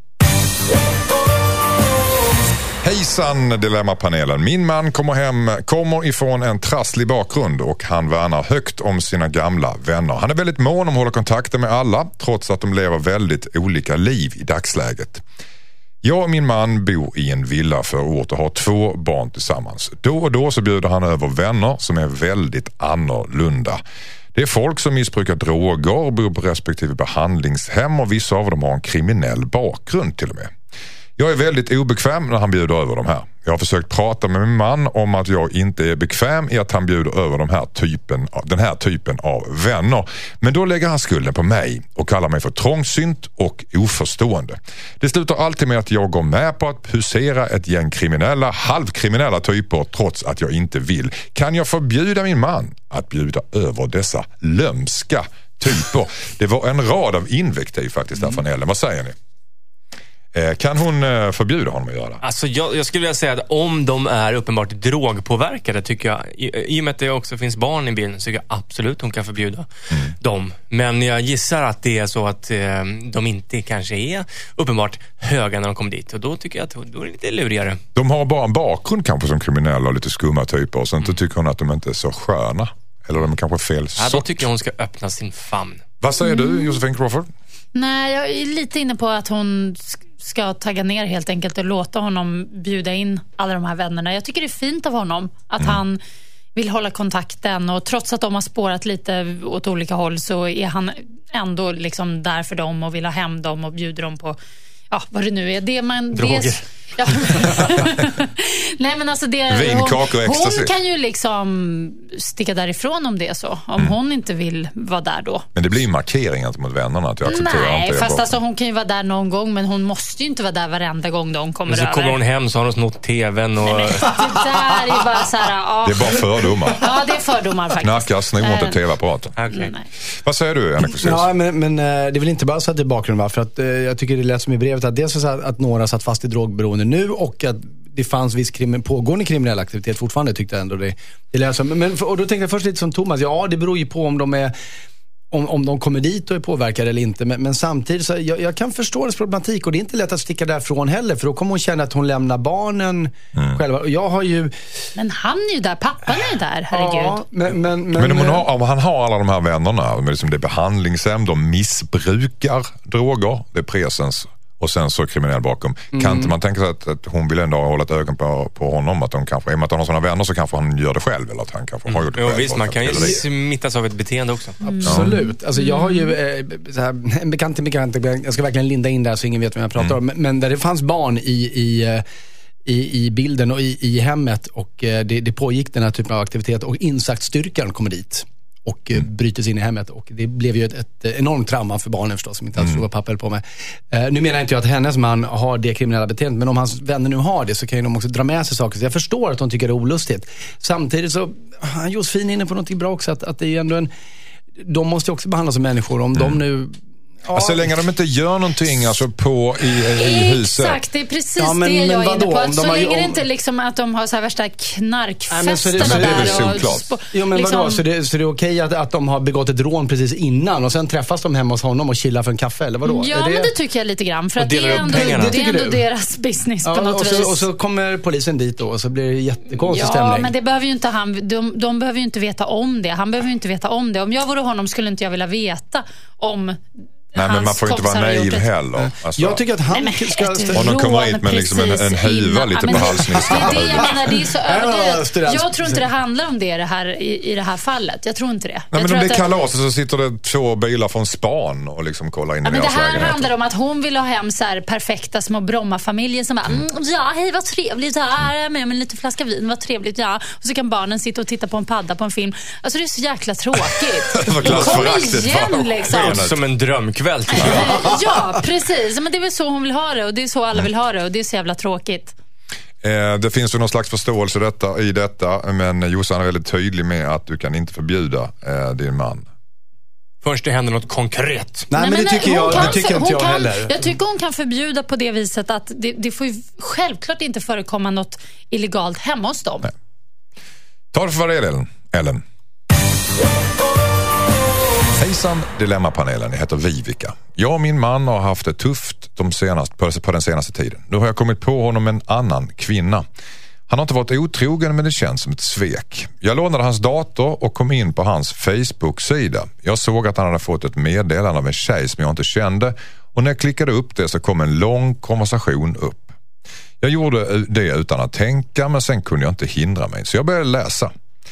Hejsan Dilemma-panelen. Min man kommer hem, kommer ifrån en trasslig bakgrund och han värnar högt om sina gamla vänner. Han är väldigt mån om att hålla kontakten med alla trots att de lever väldigt olika liv i dagsläget. Jag och min man bor i en villa för ort och har två barn tillsammans. Då och då så bjuder han över vänner som är väldigt annorlunda. Det är folk som missbrukar droger och bor på respektive behandlingshem och vissa av dem har en kriminell bakgrund till och med. Jag är väldigt obekväm när han bjuder över de här. Jag har försökt prata med min man om att jag inte är bekväm i att han bjuder över de här typen, den här typen av vänner. Men då lägger han skulden på mig och kallar mig för trångsynt och oförstående. Det slutar alltid med att jag går med på att husera ett gäng kriminella, halvkriminella typer trots att jag inte vill. Kan jag förbjuda min man att bjuda över dessa lömska typer? Det var en rad av invektiv faktiskt där från Ellen. Vad säger ni? Kan hon förbjuda honom att göra det? Alltså jag, jag skulle vilja säga att om de är uppenbart drogpåverkade tycker jag, i, i och med att det också finns barn i bilden, så tycker jag absolut hon kan förbjuda mm. dem. Men jag gissar att det är så att eh, de inte kanske är uppenbart höga när de kommer dit. Och då tycker jag att då är det lite lurigare. De har bara en bakgrund kanske som kriminella och lite skumma typer och sen mm. tycker hon att de inte är så sköna. Eller de är kanske fel sort. Ja, då tycker jag hon ska öppna sin famn. Vad säger mm. du, Josefin Crawford? Nej, jag är lite inne på att hon ska tagga ner helt enkelt och låta honom bjuda in alla de här vännerna. Jag tycker det är fint av honom att mm. han vill hålla kontakten och trots att de har spårat lite åt olika håll så är han ändå liksom där för dem och vill ha hem dem och bjuder dem på ja, vad det nu är. Det man, droger. Det, ja. Nej men alltså det, vinkak och ecstasy. Hon kan ju liksom sticka därifrån om det är så. Om mm. hon inte vill vara där då. Men det blir ju markeringar mot vännerna att jag accepterar Nej, inte. Nej, fast alltså, hon kan ju vara där någon gång men hon måste ju inte vara där varenda gång de kommer över. Men så kommer hon hem så har hon snott tvn och... Nej, men det där är bara så här... Oh. Det är bara fördomar. Ja, det är fördomar faktiskt. Knacka, snor inte uh, tv-apparaten. Okay. Vad säger du, Annika? Ja, men, men det är väl inte bara så att det är bakgrunden, för att jag tycker det lät som i brevet att dels så att, att några satt fast i drogberoende nu och att det fanns viss krim, pågående kriminell aktivitet fortfarande, tyckte jag ändå det, det lät som. Men, och då tänkte jag först lite som Thomas, ja det beror ju på om de är om, om de kommer dit och är påverkade eller inte, men, men samtidigt så jag, jag kan förstå dess problematik och det är inte lätt att sticka därifrån heller, för då kommer hon känna att hon lämnar barnen mm. själva. Och jag har ju... Men han är ju där, pappan är ju där, herregud. Ja, men, men, men, men om, hon har, om han har alla de här vännerna, med liksom det är behandlingshem, de missbrukar droger, det är presens och sen så kriminell bakom. Mm. Kan inte man tänka sig att, att hon vill ändå hålla ett ögon på, på honom, att de kanske, i och med att han har sådana vänner så kanske han gör det själv eller att han kanske mm. har gjort det jo, själv. Visst, man kan ju smittas av ett beteende också. Mm. Absolut. Alltså jag har ju eh, så här, en bekant till bekant, jag ska verkligen linda in där så ingen vet vad jag pratar mm. om, men, men där det fanns barn i, i I, i bilden och i, i hemmet och det, det pågick den här typen av aktivitet och insatsstyrkan kommer dit och mm. bryter sig in i hemmet och det blev ju ett, ett enormt trauma för barnen förstås som inte alls mm. vad pappa höll på med. Uh, nu menar inte jag att hennes man har det kriminella beteendet, men om hans vänner nu har det så kan ju de också dra med sig saker, så jag förstår att de tycker det är olustigt. Samtidigt så är Josefin inne på något bra också, att, att det är ändå en, de måste också behandlas som människor om mm. de nu... Ja. Alltså, så länge de inte gör någonting alltså, på, i, i huset. Exakt, det är precis ja, men, det jag är inne på. Att så länge om... det inte liksom att de har så här värsta knarkfesterna där. Men det är väl solklart. Och, jo, men liksom... vadå? Så det, så det är okej att, att de har begått ett rån precis innan och sen träffas de hemma hos honom och chillar för en kaffe, eller vadå? Ja, det... men det tycker jag lite grann. För att det är ändå, det är ändå deras business ja, på något och så, vis. Och så kommer polisen dit då och så blir det jättekonstig ja, stämning. Ja, men det behöver ju inte han. De, de behöver ju inte veta om det. Han behöver ju inte veta om det. Om jag vore honom skulle inte jag vilja veta om... Nej, men man får inte vara naiv heller. Alltså, jag tycker att han nej, ska... Om de kommer hit med liksom en, en huva lite på halsniskan. Det är det jag menar, det är så överdrivet. Jag tror inte det handlar om det, det här, i, i det här fallet. Jag tror inte det. Nej, men om det är det... kalas så sitter det två bilar från span och liksom kollar in ja, i men deras det här lägenheter. handlar om att hon vill ha hem så här perfekta små Bromma-familjer som bara, mm, ja, hej vad trevligt, ja, här är med en liten flaska vin, vad trevligt, ja. Och så kan barnen sitta och titta på en padda på en film. Alltså det är så jäkla tråkigt. Kom igen liksom. Som en drömkväll. Ja, precis. Men det är väl så hon vill ha det och det är så alla vill ha det och det är så jävla tråkigt. Eh, det finns ju någon slags förståelse detta, i detta, men Jossan är väldigt tydlig med att du kan inte förbjuda eh, din man. Först det händer något konkret. Nej, Nej men, men det tycker, jag, det tycker för, inte jag kan, heller. Jag tycker hon kan förbjuda på det viset att det, det får ju självklart inte förekomma något illegalt hemma hos dem. Nej. Ta det för vad det är, Ellen. Ellen. Hejsan Dilemmapanelen, jag heter Vivica. Jag och min man har haft det tufft de senaste, på den senaste tiden. Nu har jag kommit på honom med en annan kvinna. Han har inte varit otrogen, men det känns som ett svek. Jag lånade hans dator och kom in på hans Facebook-sida. Jag såg att han hade fått ett meddelande av en tjej som jag inte kände, och när jag klickade upp det så kom en lång konversation upp. Jag gjorde det utan att tänka, men sen kunde jag inte hindra mig, så jag började läsa.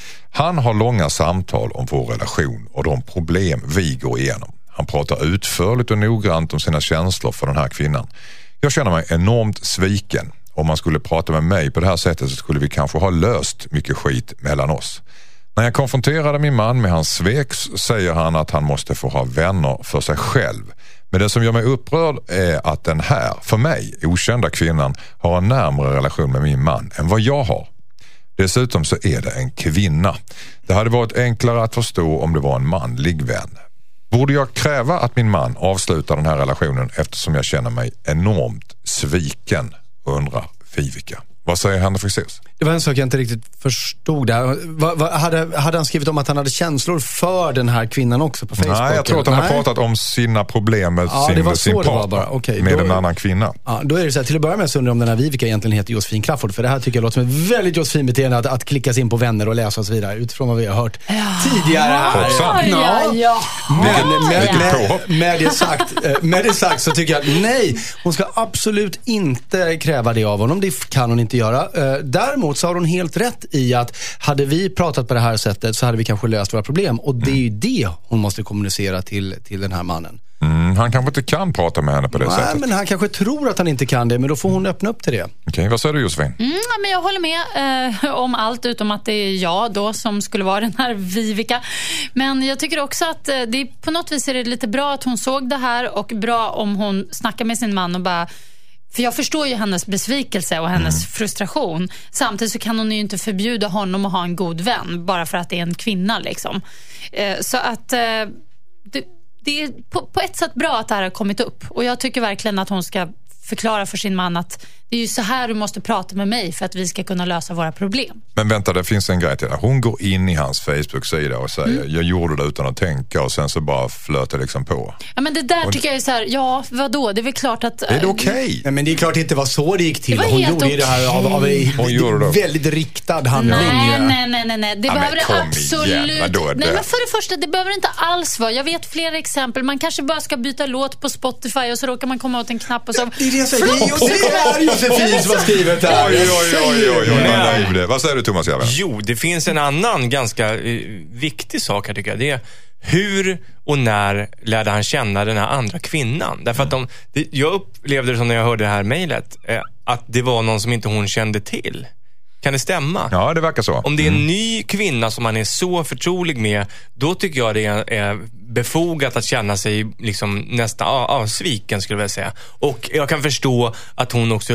Han har långa samtal om vår relation och de problem vi går igenom. Han pratar utförligt och noggrant om sina känslor för den här kvinnan. Jag känner mig enormt sviken. Om man skulle prata med mig på det här sättet så skulle vi kanske ha löst mycket skit mellan oss. När jag konfronterade min man med hans svek säger han att han måste få ha vänner för sig själv. Men det som gör mig upprörd är att den här, för mig, okända kvinnan har en närmare relation med min man än vad jag har. Dessutom så är det en kvinna. Det hade varit enklare att förstå om det var en manlig vän. Borde jag kräva att min man avslutar den här relationen eftersom jag känner mig enormt sviken, undrar Vivica. Vad säger Hanna Fexeus? Det var en sak jag inte riktigt förstod där. Va, va, hade, hade han skrivit om att han hade känslor för den här kvinnan också på Facebook? Nej, jag tror att han Nej. har pratat om sina problem med ja, sin, det var sin så det partner var bara. Okay, med då, en annan kvinna. Ja, då är det så här, till att börja med så undrar jag om den här Vivica egentligen heter Josefin Crafoord, för det här tycker jag låter som ett väldigt Josefin beteende att, att klicka sig in på vänner och läsa och så vidare utifrån vad vi har hört ja. tidigare här. Hoppsan. Ja, ja. Men med, med, med, med, det sagt, med det sagt så tycker jag att nej, hon ska absolut inte kräva det av honom. Det kan hon inte göra. Däremot så har hon helt rätt i att hade vi pratat på det här sättet så hade vi kanske löst våra problem. Och det är ju det hon måste kommunicera till, till den här mannen. Mm, han kanske inte kan prata med henne på det Nej, sättet. men han kanske tror att han inte kan det, men då får hon öppna upp till det. Okej, okay, vad säger du Josefin? Mm, men jag håller med eh, om allt utom att det är jag då som skulle vara den här Vivica. Men jag tycker också att eh, det, på något vis är det lite bra att hon såg det här och bra om hon snackar med sin man och bara... För jag förstår ju hennes besvikelse och hennes mm. frustration. Samtidigt så kan hon ju inte förbjuda honom att ha en god vän bara för att det är en kvinna liksom. Eh, så att eh, det, det är på, på ett sätt bra att det här har kommit upp. Och jag tycker verkligen att hon ska förklara för sin man att det är ju så här du måste prata med mig för att vi ska kunna lösa våra problem. Men vänta, det finns en grej till det. Hon går in i hans Facebook-sida och säger mm. jag gjorde det utan att tänka och sen så bara flöt det liksom på. Ja, men det där och tycker jag är så här, ja, vadå? Det är väl klart att... Är det okej? Okay? Nej, men det är klart inte var så det gick till. Det hon gjorde okay. det här av, av en väldigt riktad handling. Nej, nej, nej, nej, nej. Det ja, behöver det absolut... Igen. Det? Nej, men för det första, det behöver inte alls vara. Jag vet flera exempel. Man kanske bara ska byta låt på Spotify och så råkar man komma åt en knapp och så... Det är det jag säger. Det är Josefin som har skrivit det här. Oj, oj, oj, oj, oj, oj. Vad säger du Thomas Järven? Jo, det finns en annan ganska uh, viktig sak här tycker jag. Det är hur och när lärde han känna den här andra kvinnan? Därför att de, det, jag upplevde det som när jag hörde det här mejlet eh, att det var någon som inte hon kände till. Kan det stämma? Ja, det verkar så. Om det är en mm. ny kvinna som man är så förtrolig med, då tycker jag det är, är befogat att känna sig liksom nästan ja, ja, sviken skulle jag vilja säga. Och jag kan förstå att hon också...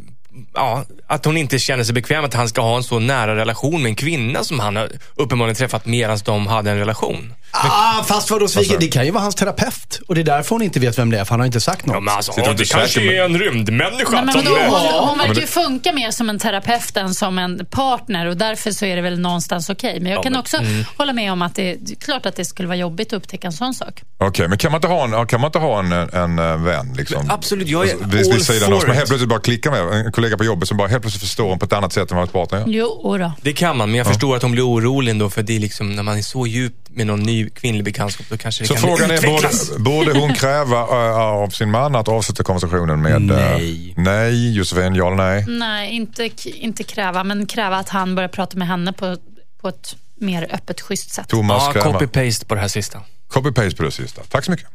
Ja, att hon inte känner sig bekväm att han ska ha en så nära relation med en kvinna som han har uppenbarligen träffat medan de hade en relation. Ah, fast vadå sviken? Det kan ju vara hans terapeut. Och det är därför hon inte vet vem det är, för han har inte sagt något. Ja, men alltså, ja, det kanske är en rymdmänniska. Nej, men då, hon, hon verkar ju funka mer som en terapeut än som en partner. Och därför så är det väl någonstans okej. Okay. Men jag ja, kan men, också mm. hålla med om att det är klart att det skulle vara jobbigt att upptäcka en sån sak. Okej, okay, men kan man inte ha en, kan man inte ha en, en, en vän liksom? Absolut, jag är alltså, vid, vid sidan av som man helt plötsligt bara klickar med. En kollega på jobbet som bara helt plötsligt förstår hon på ett annat sätt än vad ett partner gör. Jo, då. Det kan man, men jag ja. förstår att hon blir orolig ändå, för det är liksom när man är så djupt med någon ny kvinnlig bekantskap, då kanske det så kan frågan utvecklas. är, borde, borde hon kräva uh, av sin man att avsluta konversationen med nej, uh, nej Josefin, ja eller nej? Nej, inte, inte kräva, men kräva att han börjar prata med henne på, på ett mer öppet, schysst sätt. Thomas, ja, copy-paste på det här sista. Copy-paste på det sista. Tack så mycket.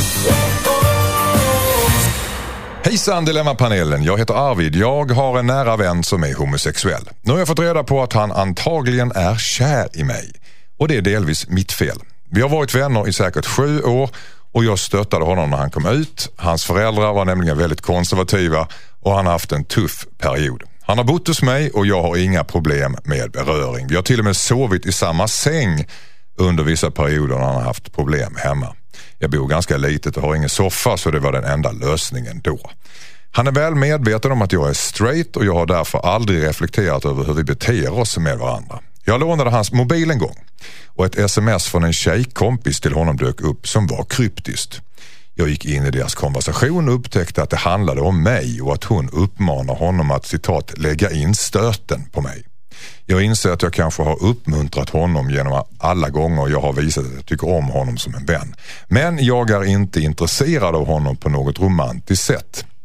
Hejsan Dilemma-panelen, jag heter Arvid. Jag har en nära vän som är homosexuell. Nu har jag fått reda på att han antagligen är kär i mig. Och det är delvis mitt fel. Vi har varit vänner i säkert sju år och jag stöttade honom när han kom ut. Hans föräldrar var nämligen väldigt konservativa och han har haft en tuff period. Han har bott hos mig och jag har inga problem med beröring. Vi har till och med sovit i samma säng under vissa perioder när han har haft problem hemma. Jag bor ganska litet och har ingen soffa, så det var den enda lösningen då. Han är väl medveten om att jag är straight och jag har därför aldrig reflekterat över hur vi beter oss med varandra. Jag lånade hans mobil en gång och ett sms från en tjejkompis till honom dök upp som var kryptiskt. Jag gick in i deras konversation och upptäckte att det handlade om mig och att hon uppmanar honom att citat lägga in stöten på mig. Jag inser att jag kanske har uppmuntrat honom genom alla gånger jag har visat att jag tycker om honom som en vän. Men jag är inte intresserad av honom på något romantiskt sätt.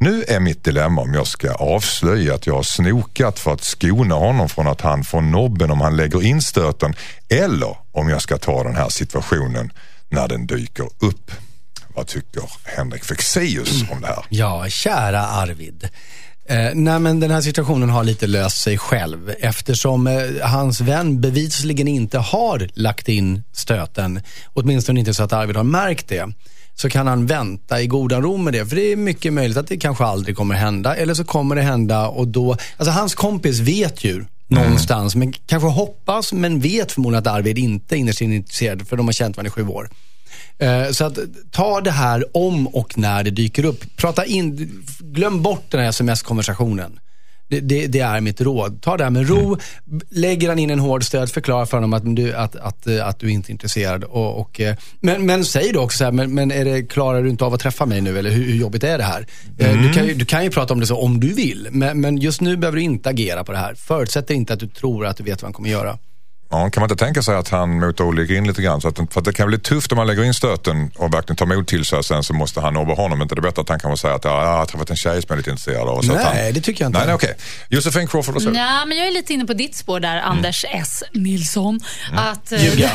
Nu är mitt dilemma om jag ska avslöja att jag har snokat för att skona honom från att han får nobben om han lägger in stöten, eller om jag ska ta den här situationen när den dyker upp. Vad tycker Henrik Fexeus om det här? Ja, kära Arvid. Eh, nej, men den här situationen har lite löst sig själv eftersom eh, hans vän bevisligen inte har lagt in stöten, åtminstone inte så att Arvid har märkt det. Så kan han vänta i goda ro med det. För det är mycket möjligt att det kanske aldrig kommer hända. Eller så kommer det hända och då... Alltså hans kompis vet ju någonstans. Mm. Men kanske hoppas, men vet förmodligen att Arvid inte är innerst intresserad. För de har känt varandra i sju år. Uh, så att ta det här om och när det dyker upp. Prata in... Glöm bort den här sms-konversationen. Det, det, det är mitt råd. Ta det här med ro, mm. lägger han in en hård stöd, förklara för honom att du, att, att, att du inte är intresserad. Och, och, men, men säg då också så här, men, men är det, klarar du inte av att träffa mig nu? Eller hur, hur jobbigt är det här? Mm. Du, kan ju, du kan ju prata om det så om du vill. Men, men just nu behöver du inte agera på det här. Förutsätter inte att du tror att du vet vad han kommer göra. Ja, kan man inte tänka sig att han motar och lägger in lite grann? Så att, för att det kan bli tufft om man lägger in stöten och verkligen tar mod till sig, sen så måste han nobba honom. Inte det bättre att han kan säga att ja, jag har träffat en tjej som är lite intresserad av. Så nej, att han... det tycker jag inte. Nej, nej, okej. Josefin Crawford, vad säger du? Ja, men jag är lite inne på ditt spår där, mm. Anders S. Nilsson. Mm. Att,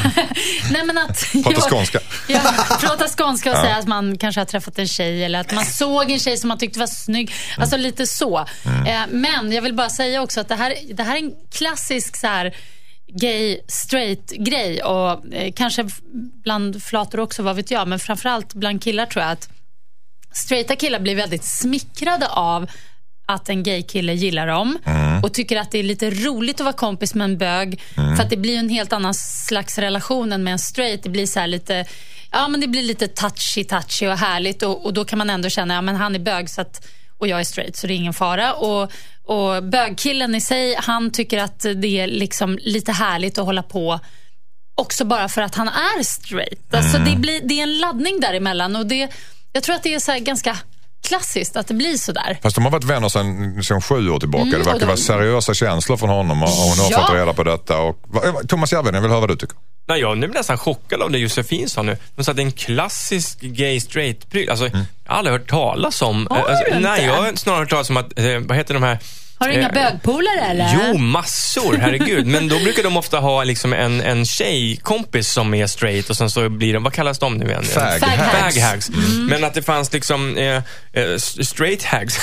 nej, men att... Prata skånska. Ja, prata skånska och ja. säga att man kanske har träffat en tjej eller att man såg en tjej som man tyckte var snygg. Alltså mm. lite så. Mm. Men jag vill bara säga också att det här, det här är en klassisk så här... gay, straight grej och eh, kanske bland flator också, vad vet jag, men framförallt bland killar tror jag att straighta killar blir väldigt smickrade av att en gay kille gillar dem mm. och tycker att det är lite roligt att vara kompis med en bög mm. för att det blir en helt annan slags relation än med en straight. Det blir så här lite, ja men det blir lite touchy touchy och härligt och, och då kan man ändå känna, ja men han är bög så att, och jag är straight så det är ingen fara och Och bögkillen i sig, han tycker att det är liksom lite härligt att hålla på också bara för att han är straight. Alltså det, blir, det är en laddning däremellan och det, jag tror att det är så här ganska klassiskt att det blir så där. Fast de har varit vänner sedan, sedan sju år tillbaka. Mm, det verkar de... vara seriösa känslor från honom och hon har ja. fått reda på detta. Och, Thomas Järvheden, jag vill höra vad du tycker. Nej, jag är nästan chockad av det Josefin sa nu. Hon sa att det är en klassisk gay straight pryl. Alltså, mm. jag har aldrig hört talas om... Har alltså, du nej, inte? jag har snarare hört talas om att... Eh, vad heter de här... Har du inga bögpolare eller? Jo, massor, herregud. Men då brukar de ofta ha liksom en, en tjejkompis som är straight och sen så blir de, vad kallas de nu igen? Fag-hags. Fag-hags. Mm. Men att det fanns liksom eh, eh, straight-hags.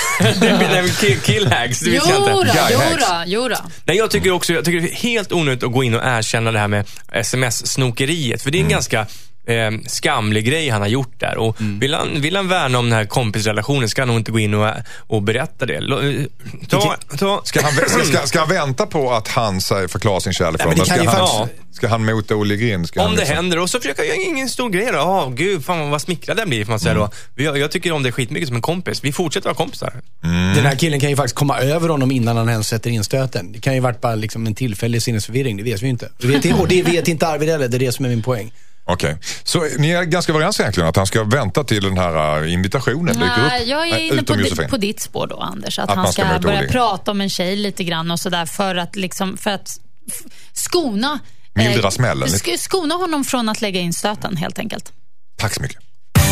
Kill-hags, det vet jag inte. Jodå, jodå. Nej, jag tycker också, jag tycker det är helt onödigt att gå in och erkänna det här med sms-snokeriet. För det är en mm. ganska... Eh, skamlig grej han har gjort där och mm. vill, han, vill han värna om den här kompisrelationen ska han nog inte gå in och, och berätta det. Ta, ta. Ska, han, ska, ska, ska han vänta på att han säger, förklarar sin kärlek för honom? Ska, han, ja. ska han mota och ligga in? Ska om han det liksom... händer och så försöker jag ingen stor grej då. Åh, gud, fan vad smickrad den blir, får man säga mm. då. Jag, jag tycker om det skitmycket som en kompis. Vi fortsätter vara kompisar. Mm. Den här killen kan ju faktiskt komma över honom innan han ens sätter in stöten. Det kan ju varit bara liksom en tillfällig sinnesförvirring, det vet vi ju inte. Det vet, och det vet inte Arvid heller, det är det som är min poäng. Okej, okay. Så ni är ganska överens egentligen att han ska vänta till den här invitationen dyker upp? Jag är inne på, di- på ditt spår då, Anders. Att, att han ska, ska börja olika. prata om en tjej lite grann och sådär för att, liksom, för att f- skona, Mildra smällen. Eh, sk- skona honom från att lägga in stöten helt enkelt. Tack så mycket.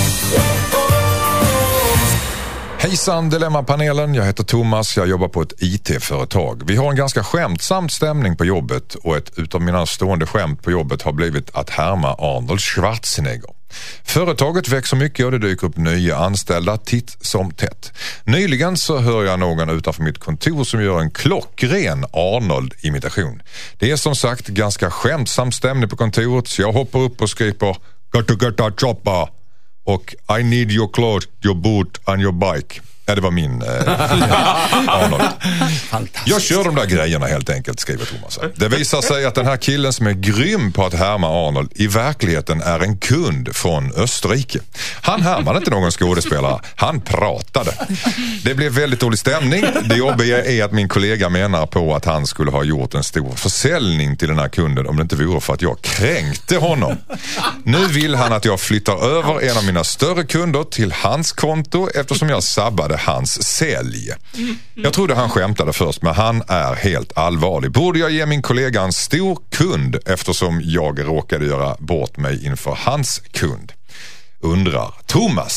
Hejsan Dilemma-panelen, jag heter Thomas, jag jobbar på ett I T-företag. Vi har en ganska skämtsam stämning på jobbet och ett utav mina stående skämt på jobbet har blivit att härma Arnold Schwarzenegger. Företaget växer mycket och det dyker upp nya anställda titt som tätt. Nyligen så hör jag någon utanför mitt kontor som gör en klockren Arnold-imitation. Det är som sagt ganska skämtsam stämning på kontoret så jag hoppar upp och skriker "Gotta gotta choppa" och "I need your clothes, your boot and your bike". Ja, det var min eh, Arnold. Jag kör de där grejerna helt enkelt, skriver Thomas. Det visar sig att den här killen som är grym på att härma Arnold i verkligheten är en kund från Österrike. Han härmade inte någon skådespelare, han pratade. Det blev väldigt dålig stämning. Det jobbiga är att min kollega menar på att han skulle ha gjort en stor försäljning till den här kunden om det inte vore för att jag kränkte honom. Nu vill han att jag flyttar över en av mina större kunder till hans konto eftersom jag sabbade hans sälj. Jag trodde han skämtade först, men han är helt allvarlig. Borde jag ge min kollega en stor kund eftersom jag råkade göra bort mig inför hans kund? Undrar Thomas.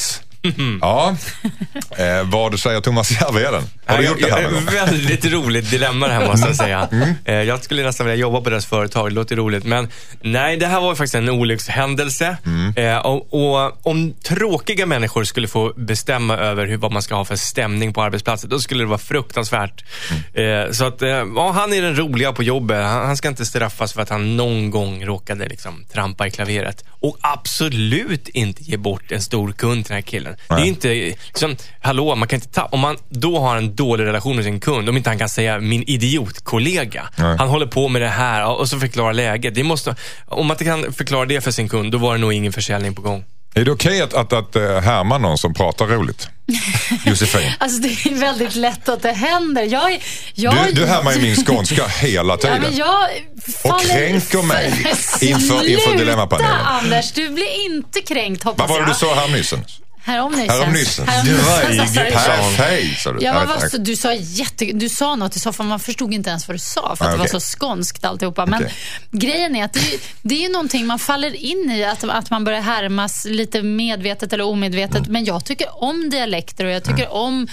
Mm. Ja. Eh, vad du säger Thomas Järvheden? Har du jag, gjort det här jag, med väldigt roligt dilemma det här måste jag säga. Mm. Eh, jag skulle nästan vilja jobba på deras företag, det låter roligt. Men nej, det här var ju faktiskt en olyckshändelse. Mm. Eh, och, och om tråkiga människor skulle få bestämma över hur, vad man ska ha för stämning på arbetsplatsen, då skulle det vara fruktansvärt. Mm. Eh, så att, eh, ja, han är den roliga på jobbet. Han, han ska inte straffas för att han någon gång råkade liksom trampa i klaveret. Och absolut inte ge bort en stor kund till den här killen. Nej. Det är inte, liksom, hallå, man kan inte ta, om man då har en dålig relation med sin kund, om inte han kan säga min idiotkollega. Nej. Han håller på med det här och så förklarar läget. Det måste, om man inte kan förklara det för sin kund, då var det nog ingen försäljning på gång. Är det okej att, att, att härma någon som pratar roligt? Josefin. Alltså det är väldigt lätt att det händer. Jag, jag, du, du härmar ju min skånska hela tiden. Ja, men jag och kränker mig inför, inför Dilemmapanelen. Anders, du blir inte kränkt, hoppas jag. Vad var det du sa här nyssen? Härom nyssen. Härom nyssen. Härom Du var ju perfekt, sa du. Ja, men vad, du sa jätte, du sa något i så fall, man förstod inte ens vad du sa för att ah, okay. det var så skånskt alltihopa. Men okay. grejen är att det är, det är ju någonting man faller in i, att, att man börjar härmas lite medvetet eller omedvetet. Mm. Men jag tycker om dialekter och jag tycker mm. om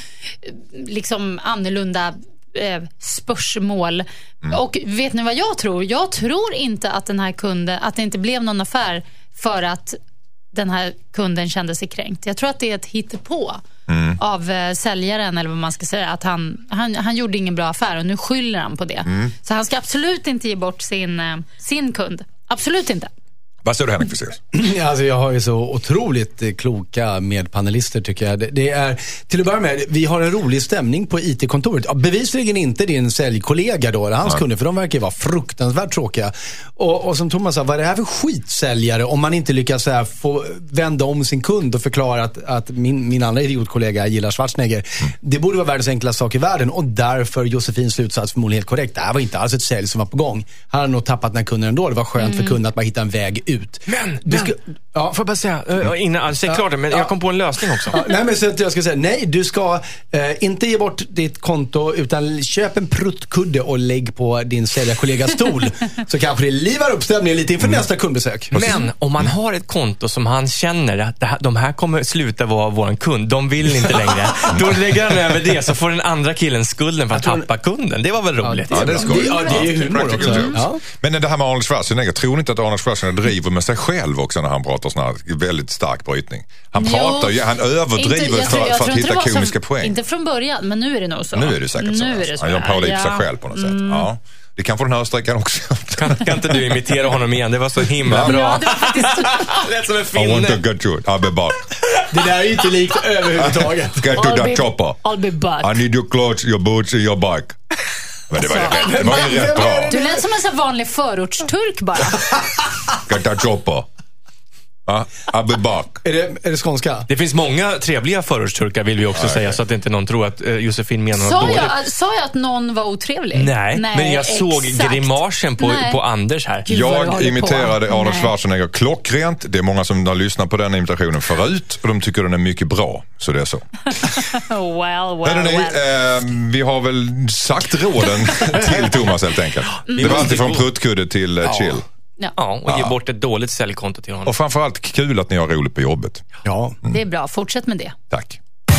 liksom annorlunda eh, spörsmål. Mm. Och vet ni vad jag tror? Jag tror inte att den här kunden, att det inte blev någon affär för att den här kunden kände sig kränkt. Jag tror att det är ett hittepå mm. av eh, säljaren, eller vad man ska säga, att han, han, han gjorde ingen bra affär och nu skyller han på det. Mm. Så han ska absolut inte ge bort sin, eh, sin kund. Absolut inte. Vad säger du, Henrik Fexeus? Alltså jag har ju så otroligt kloka medpanelister tycker jag. Det, det är, till att börja med, vi har en rolig stämning på I T-kontoret. Ja, bevisligen inte din säljkollega då, eller hans ja. kunder, för de verkar ju vara fruktansvärt tråkiga. Och, och som Thomas sa, vad är det här för skitsäljare om man inte lyckas så här, få vända om sin kund och förklara att, att min, min andra idiotkollega gillar Schwarzenegger. Mm. Det borde vara världens enklaste sak i världen, och därför Josefins slutsats förmodligen helt korrekt. Det här var inte alls ett sälj som var på gång. Han hade nog tappat den här kunden ändå. Det var skönt mm. för kunden att man hittar en väg ut. Men, men ska, ja. får jag bara säga uh, innan, alltså, ja, klart det, men ja. jag kom på en lösning också. Ja, nej, men så att jag ska säga, nej, du ska uh, inte ge bort ditt konto, utan köp en pruttkudde och lägg på din säljarkollegas stol. Så kanske det livar upp stämningen lite inför mm. nästa kundbesök. Men om man har ett konto som han känner att det här, de här kommer sluta vara våran kund, de vill inte längre, då lägger han över det, så får den andra killen skulden för att tappa kunden. Det var väl roligt? Ja, det är skoj. Ja, det är ju humor också. Ja. Men det här med Arnold Schwarzenegger, tror ni inte att Arnold Schwarzenegger driver med sig själv också när han pratar sån här väldigt stark brytning? Han pratar ju, han överdriver inte, för, för att hitta komiska så, poäng. Inte från början, men nu är det nog så. Nu är det säkert nu så. Är det så. Han gör parodi på sig själv på något mm. sätt. Ja. Det kan få den här sträckan också. Kan, kan inte du imitera honom igen? Det var så himla ja. bra. Ja, det var faktiskt... Lät som en finne. I want to get you. I'll be back. Det där är ju inte likt överhuvudtaget. Get to that chopper. I'll be back. I need your clothes, your boots and your bike. Men det var, alltså, det var ju rätt bra. Du lät som en så vanlig förortsturk bara. Get that chopper. Ja, I'll be back. Är det, är det skånska? Det finns många trevliga förortsturkar, vill vi också ja, säga, okay. så att inte någon tror att uh, Josefin menar sa något dåligt. Jag, sa jag att någon var otrevlig? Nej, Nej men jag exakt. såg grimasen på, på Anders här. Gud, jag imiterade på. Arnold Schwarzenegger klockrent. Det är många som har lyssnat på den imitationen förut och de tycker den är mycket bra. Så det är så. well, well, Hörrni, well. Eh, vi har väl sagt råden till Thomas helt enkelt. Mm. Det var alltid från pruttkudde till uh, chill. Ja. ja, och ge bort ett dåligt säljkonto till honom. Och framförallt kul att ni har roligt på jobbet. Ja. Mm. Det är bra, fortsätt med det. Tack.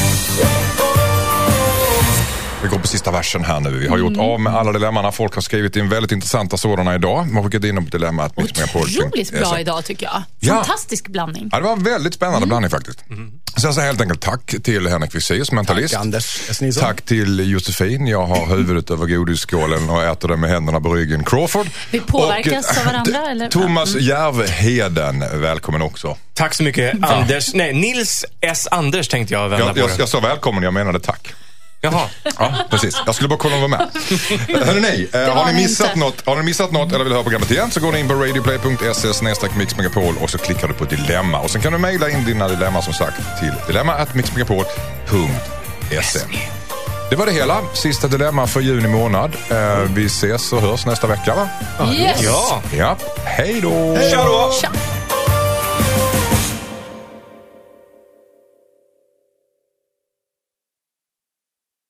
Vi går på sista versen här nu. Vi har gjort mm. av med alla dilemmarna. Folk har skrivit in väldigt intressanta sådana idag. Man har skickat in dem på dilemmat. Otroligt bra idag tycker jag. Fantastisk ja. blandning. Ja, det var en väldigt spännande mm. blandning faktiskt. Mm. Så jag säger helt enkelt tack till Henrik Fexeus, mentalist. Tack Anders. Tack till Josefin. Jag har huvudet över godisskålen och äter det med händerna på ryggen. Crawford. Vi påverkas och, av varandra. Eller? Thomas Järvheden, välkommen också. Tack så mycket ja. Anders. Nej, Nils S. Anders tänkte jag vända jag, på jag, det. jag sa välkommen, jag menade tack. Jaha. Ja, precis. Jag skulle bara kolla om de var med. Hörrni, eh, har, ni missat något, har ni missat något eller vill höra programmet igen, så går ni in på radioplay punkt se snedstreck mixmegapol och så klickar du på dilemma. Och sen kan du mejla in dina dilemma som sagt till dilemma at mixmegapol punkt se. Det var det hela. Sista dilemma för juni månad. Eh, vi ses och hörs nästa vecka, va? Yes. Ja. Ja. Hej då! Hej då!